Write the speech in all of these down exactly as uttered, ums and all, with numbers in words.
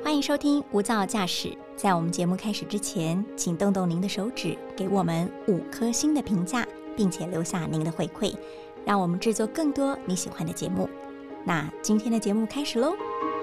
欢迎收听无噪驾驶。在我们节目开始之前，请动动您的手指，给我们五颗星的评价，并且留下您的回馈，让我们制作更多你喜欢的节目。那今天的节目开始咯。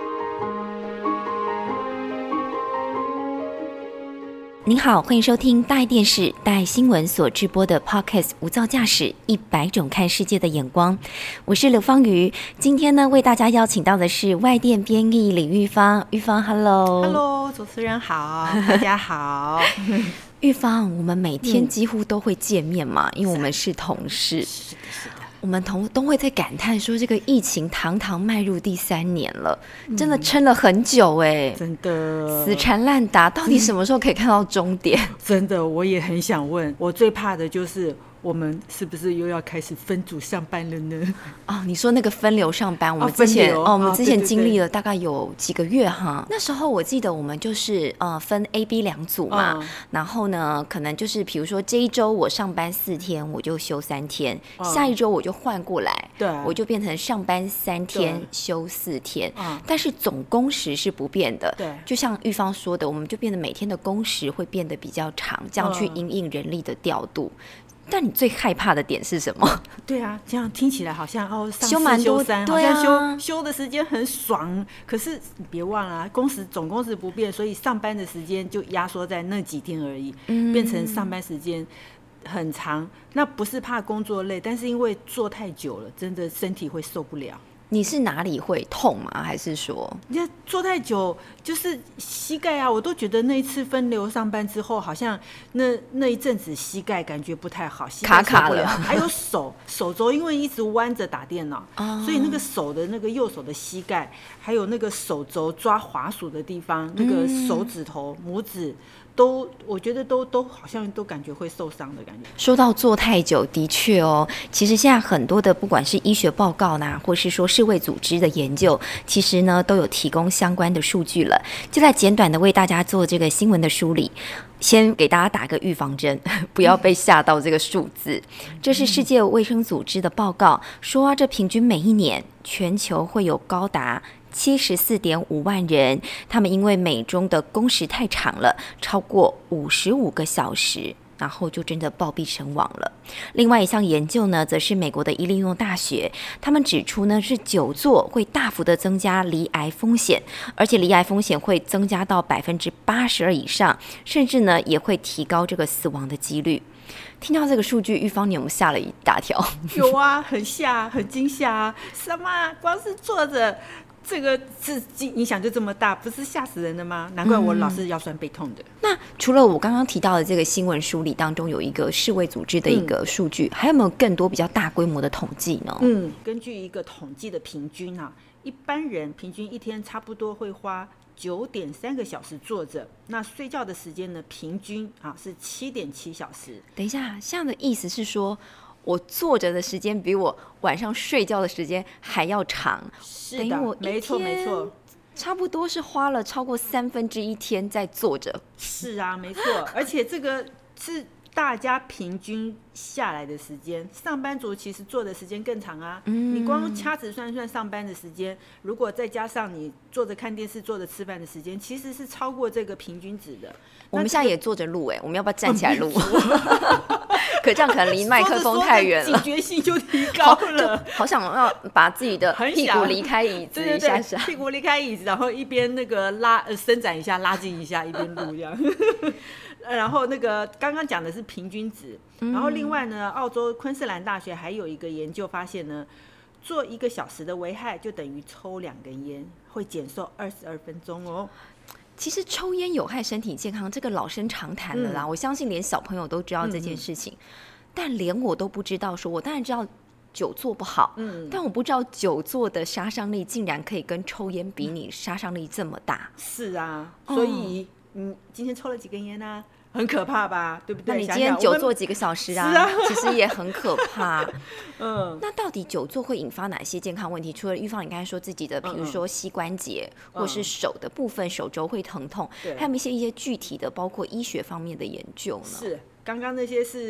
您好，欢迎收听大爱电视、大爱新闻所直播的 Podcast 无噪驾驶一百种看世界的眼光，我是刘芳瑜。今天呢，为大家邀请到的是外电编译李玉芳。玉芳 ，Hello， Hello， 主持人好，大家好。 玉芳，我们每天几乎都会见面嘛，嗯、因为我们是同事。 是的，是的。 我们同都会在感叹说，这个疫情堂堂迈入第三年了，真的撑了很久哎、欸， 真的死缠烂打，到底什么时候可以看到终点？ 真的，我也很想问，我最怕的就是我们是不是又要开始分组上班了呢？ 哦，你说那个分流上班，我们之前 哦, 哦，我们之前经历了大概有几个月哈。哦、那时候我记得我们就是呃分 A、B 两组嘛，哦、然后呢，可能就是比如说这一周我上班四天，我就休三天，哦、下一周我就换过来，对，我就变成上班三天休四天，哦、但是总工时是不变的。对，就像玉芳说的，我们就变得每天的工时会变得比较长，这样去因应人力的调度。哦，但你最害怕的点是什么？ 对啊，这样听起来好像哦，上四休三，好像休、啊、休的时间很爽。可是你别忘了、啊，工时总工时不变，所以上班的时间就压缩在那几天而已，嗯、变成上班时间很长。那不是怕工作累，但是因为坐太久了，真的身体会受不了。 你是哪里会痛吗？还是说你坐太久就是膝盖啊？我都觉得那一次分流上班之后，好像那那一阵子膝盖感觉不太好，膝盖受不了，卡卡了。还有手手肘，因为一直弯着打电脑，哦、所以那个手的那个右手的膝盖，还有那个手肘抓滑鼠的地方，那个手指头、拇指。都我觉得都都好像都感觉会受伤的感觉。 说到坐太久，的确哦，其实现在很多的不管是医学报告呢，或是说世卫组织的研究，其实呢都有提供相关的数据了。就在简短的为大家做这个新闻的梳理。先给大家打个预防针，不要被吓到这个数字。这是世界卫生组织的报告，说啊，这平均每一年全球会有高达七十四点五万人，他们因为每周的工时太长了，超过五十五个小时，然后就真的暴毙身亡了。另外一项研究呢，则是美国的伊利诺大学，他们指出呢，是久坐会大幅的增加罹癌风险，而且罹癌风险会增加到百分之八十二以上，甚至呢也会提高这个死亡的几率。听到这个数据，玉芳，你有没有吓了一大跳？ 有啊，很吓，很惊吓啊！什么？光是坐着。这个是影响就这么大，不是吓死人的吗？难怪我老是腰酸背痛的。 嗯、那除了我刚刚提到的这个新闻梳理当中有一个世卫组织的一个数据，嗯、还有没有更多比较大规模的统计呢？ 嗯，根据一个统计的平均啊，一般人平均一天差不多会花九点三个小时坐着，那睡觉的时间呢，平均啊是七点七小时。 等一下，这样的意思是说，我坐着的时间比我晚上睡觉的时间还要长， 是的，没错没错， 差不多是花了超过三分之一天在坐着。 是啊，没错，而且这个是大家平均下来的时间，上班族其实坐的时间更长啊。嗯、你光掐指算算上班的时间，如果再加上你坐着看电视、坐着吃饭的时间，其实是超过这个平均值的。 我们现在也坐着录哎，我们要不要站起来录？可这样可能离麦克风太远了， 警觉性就提高了。 好, 好想要把自己的屁股离开椅子一下下， 屁股离开椅子，然后一边那个拉、呃、伸展一下、拉近一下，一边录这样。然后那个刚刚讲的是平均值，然后另外呢，澳洲昆士兰大学还有一个研究发现呢，做一个小时的危害就等于抽两根烟，会减寿二十二分钟哦。 其实抽烟有害身体健康，这个老生常谈了啦、嗯、我相信连小朋友都知道这件事情、嗯、但连我都不知道，说我当然知道久坐不好、嗯、但我不知道久坐的杀伤力竟然可以跟抽烟比你杀伤力这么大。 是啊，所以你今天抽了几根烟啊？很可怕吧，对不对？ 那你今天久坐几个小时 啊, 啊其实也很可怕。嗯，那到底久坐会引发哪些健康问题？除了预防你刚才说自己的比如说膝关节、嗯、或是手的部分手肘会疼痛、嗯、还有一些一些具体的包括医学方面的研究呢？ 是，刚刚那些是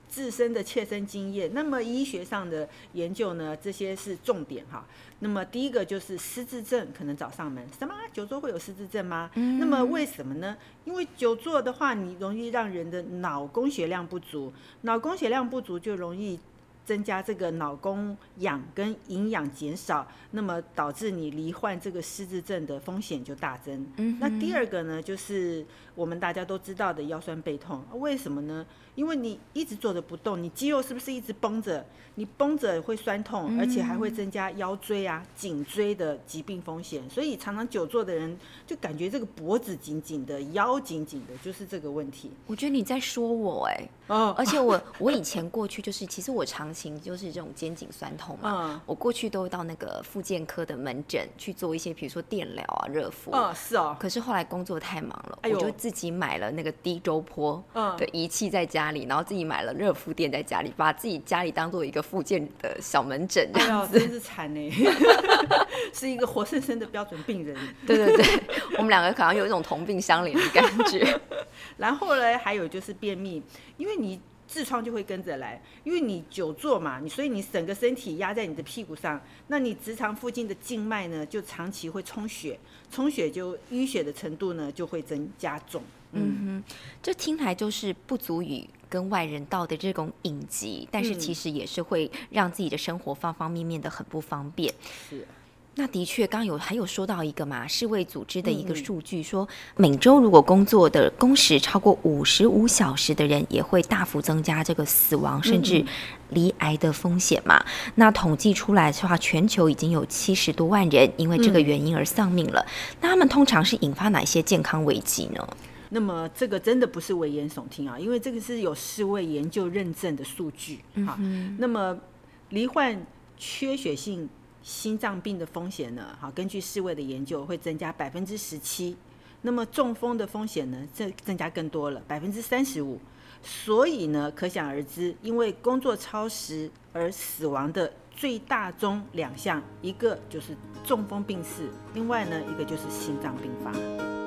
自身的切身经验。那么医学上的研究呢，这些是重点哈。那么第一个就是失智症可能找上门，什么久坐会有失智症吗？嗯、那么为什么呢？因为久坐的话，你容易让人的脑供血量不足，脑供血量不足就容易增加这个脑供氧跟营养减少，那么导致你罹患这个失智症的风险就大增。嗯、那第二个呢，就是我们大家都知道的腰酸背痛，为什么呢？因为你一直坐着不动，你肌肉是不是一直绷着？你绷着会酸痛，而且还会增加腰椎啊、颈椎的疾病风险。所以常常久坐的人就感觉这个脖子紧紧的，腰紧紧的，就是这个问题。 我觉得你在说我哎、欸，哦，而且我我以前过去就是，其实我常情就是这种肩颈酸痛嘛，嗯、我过去都会到那个复健科的门诊去做一些，比如说电疗啊、热敷。 哦，是哦。 可是后来工作太忙了，哎、我就自己买了那个低周波的仪器在家里，然后自己买了热敷垫在家里，把自己家里当做一个复健的小门诊这样子。 哎呦，真是惨呢，是一个活生生的标准病人。 对对对，我们两个好像有一种同病相怜的感觉。 然后呢，还有就是便秘，因为你痔疮就会跟着来，因为你久坐嘛，你所以你整个身体压在你的屁股上，那你直肠附近的静脉呢，就长期会充血，充血就淤血的程度呢就会增加重。 嗯哼，这听来就是不足以跟外人道的这种隐疾，但是其实也是会让自己的生活方方面面的很不方便。 是。 那的确，刚有还有说到一个嘛，世卫组织的一个数据说，每周如果工作的工时超过五十五小时的人，也会大幅增加这个死亡甚至罹癌的风险嘛。嗯、那统计出来的话，全球已经有七十多万人因为这个原因而丧命了。嗯、那他们通常是引发哪些健康危机呢？ 那么这个真的不是危言耸听啊，因为这个是有世卫研究认证的数据。嗯、好，那么罹患缺血性心脏病的风险呢？好，根据世卫的研究会增加百分之十七，那么中风的风险呢，这增加更多了，百分之三十五。所以呢，可想而知，因为工作超时而死亡的最大宗两项，一个就是中风病逝，另外呢，一个就是心脏病发。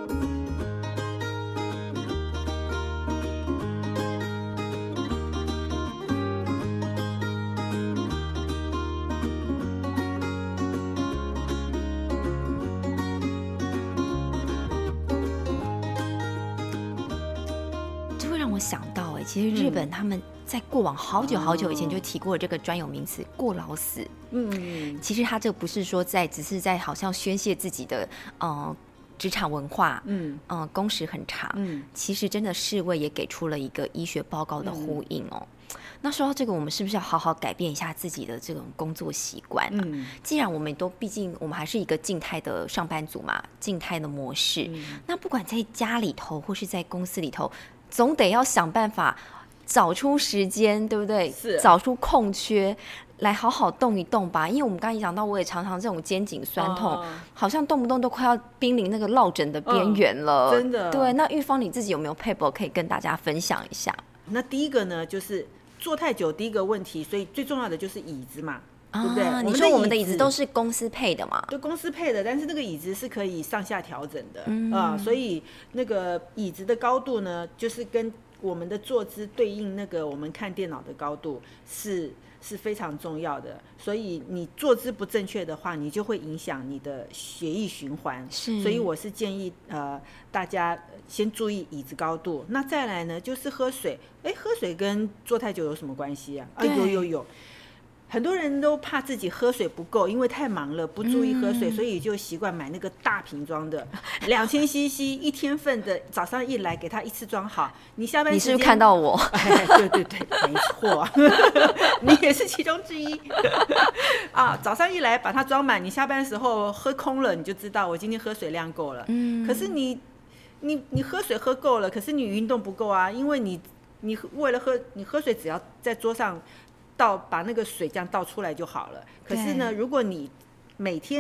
想到哎、欸，其实日本他们在过往好久好久以前就提过这个专有名词“过劳死”。嗯，其实他这不是说在，只是在好像宣泄自己的呃职场文化，嗯呃工时很长。嗯，其实真的世卫也给出了一个医学报告的呼应哦。嗯、那说到这个，我们是不是要好好改变一下自己的这种工作习惯啊？嗯，既然我们都毕竟我们还是一个静态的上班族嘛，静态的模式。嗯、那不管在家里头或是在公司里头，总得要想办法找出时间，对不对？ 是找出空缺来好好动一动吧。因为我们刚才讲到，我也常常这种肩颈酸痛，哦、好像动不动都快要濒临那个落枕的边缘了。 嗯、真的。 对，那玉芳你自己有没有撇步可以跟大家分享一下？ 那第一个呢，就是坐太久，第一个问题，所以最重要的就是椅子嘛。对不对？啊、 你说我们的椅子都是公司配的嘛？ 对，公司配的，但是那个椅子是可以上下调整的。嗯、啊，所以那个椅子的高度呢，就是跟我们的坐姿对应那个我们看电脑的高度是是非常重要的。所以你坐姿不正确的话，你就会影响你的血液循环。 是， 所以我是建议呃大家先注意椅子高度。那再来呢，就是喝水。哎，喝水跟坐太久有什么关系啊？啊，有有有。很多人都怕自己喝水不够，因为太忙了不注意喝水，嗯、所以就习惯买那个大瓶装的两千 C C 一天份的，早上一来给他一次装好。你下班时间你是不是看到我？ 哎、对对对，没错，你也是其中之一啊。早上一来把它装满，你下班的时候喝空了，你就知道我今天喝水量够了。嗯，可是你你你喝水喝够了，可是你运动不够啊，因为你你为了喝，你喝水只要在桌上倒把那个水这样倒出来就好了。可是呢，如果你每天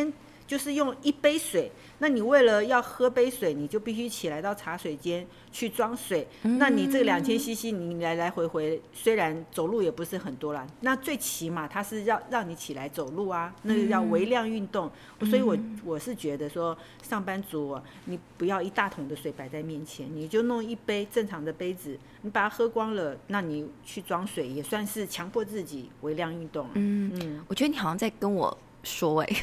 就是用一杯水，那你为了要喝杯水，你就必须起来到茶水间去装水。嗯、那你这两千 C C 你来来回回，虽然走路也不是很多啦，那最起码它是要让你起来走路啊，那个叫微量运动。嗯、所以我我是觉得说，上班族、啊、你不要一大桶的水摆在面前，你就弄一杯正常的杯子，你把它喝光了，那你去装水也算是强迫自己微量运动、啊。 嗯嗯，我觉得你好像在跟我说哎、欸，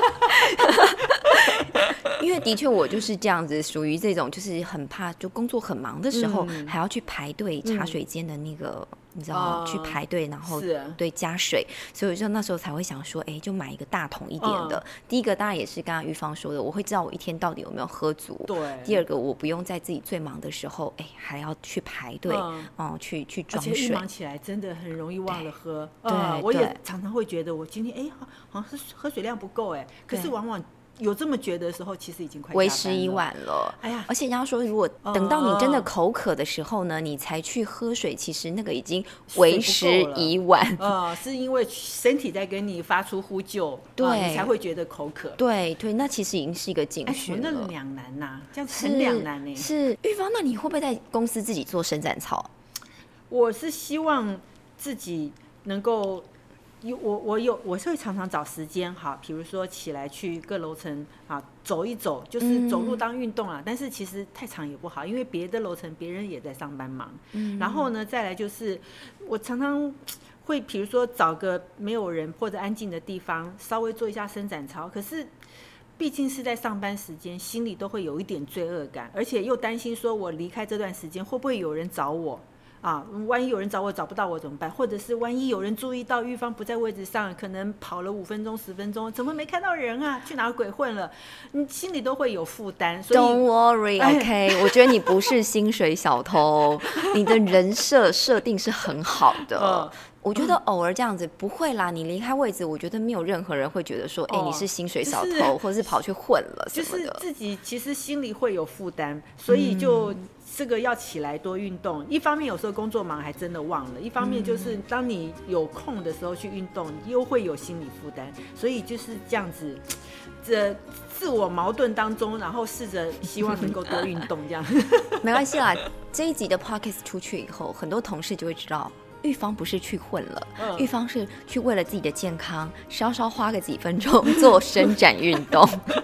因为的确我就是这样子，属于这种就是很怕，就工作很忙的时候、嗯、还要去排队茶水间的那个。嗯你知道、嗯、去排队然后对加水，所以我就那时候才会想说哎，就买一个大桶一点的、嗯、第一个当然也是刚刚玉芳说的，我会知道我一天到底有没有喝足，对，第二个我不用在自己最忙的时候哎还要去排队、嗯嗯、去去装水， 而且一忙起来真的很容易忘了喝。对、嗯、我也常常会觉得我今天哎好像喝水量不够哎，可是往往有这么觉得的时候，其实已经快为时已晚了。哎呀，而且人家说，如果等到你真的口渴的时候呢，呃、你才去喝水，其实那个已经为时已晚。 呃，是因为身体在跟你发出呼救，对、呃，你才会觉得口渴。 对对，那其实已经是一个警讯了。 哎，那两难呐、啊，这样很两难呢。 是玉芳，那你会不会在公司自己做伸展操？ 我是希望自己能够。我我有我会常常找时间哈，比如说起来去各楼层啊走一走，就是走路当运动啊、嗯。但是其实太长也不好，因为别的楼层别人也在上班忙。嗯、然后呢，再来就是我常常会比如说找个没有人或者安静的地方，稍微做一下伸展操。可是毕竟是在上班时间，心里都会有一点罪恶感，而且又担心说我离开这段时间会不会有人找我。啊，万一有人找我找不到我怎么办？或者是万一有人注意到玉芳不在位置上，可能跑了五分钟十分钟，怎么没看到人啊？去哪鬼混了？你心里都会有负担。所以 Don't worry, OK 。我觉得你不是薪水小偷，你的人设设定是很好的。嗯我觉得偶尔这样子不会啦，你离开位置，我觉得没有任何人会觉得说，哎、哦欸，你是薪水小偷，就是、或者是跑去混了什么的。 就是自己其实心里会有负担，所以就这个要起来多运动。嗯、一方面有时候工作忙还真的忘了，一方面就是当你有空的时候去运动，又会有心理负担，所以就是这样子，这自我矛盾当中，然后试着希望能够多运动，这样没关系啦。这一集的 podcast 出去以后，很多同事就会知道。玉芳不是去混了、嗯、玉芳是去为了自己的健康稍稍花个几分钟做伸展运动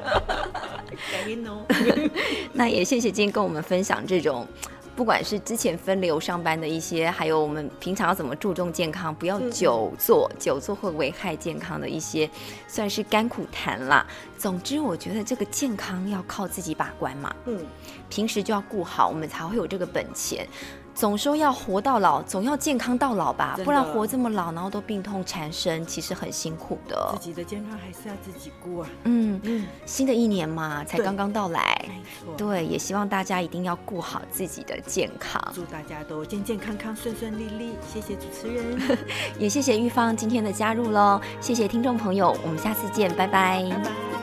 那也谢谢今天跟我们分享这种不管是之前分流上班的一些，还有我们平常要怎么注重健康，不要久坐、嗯、久坐会危害健康的一些算是甘苦谈啦。总之我觉得这个健康要靠自己把关嘛，嗯，平时就要顾好，我们才会有这个本钱。总说要活到老，总要健康到老吧，不然活这么老，然后都病痛缠身，其实很辛苦的。 自己的健康还是要自己顾啊。 嗯嗯，新的一年嘛，才刚刚到来， 没错。 对，也希望大家一定要顾好自己的健康。 祝大家都健健康康、顺顺利利。谢谢主持人， 也谢谢玉芳今天的加入喽。谢谢听众朋友，我们下次见，拜拜。 拜拜。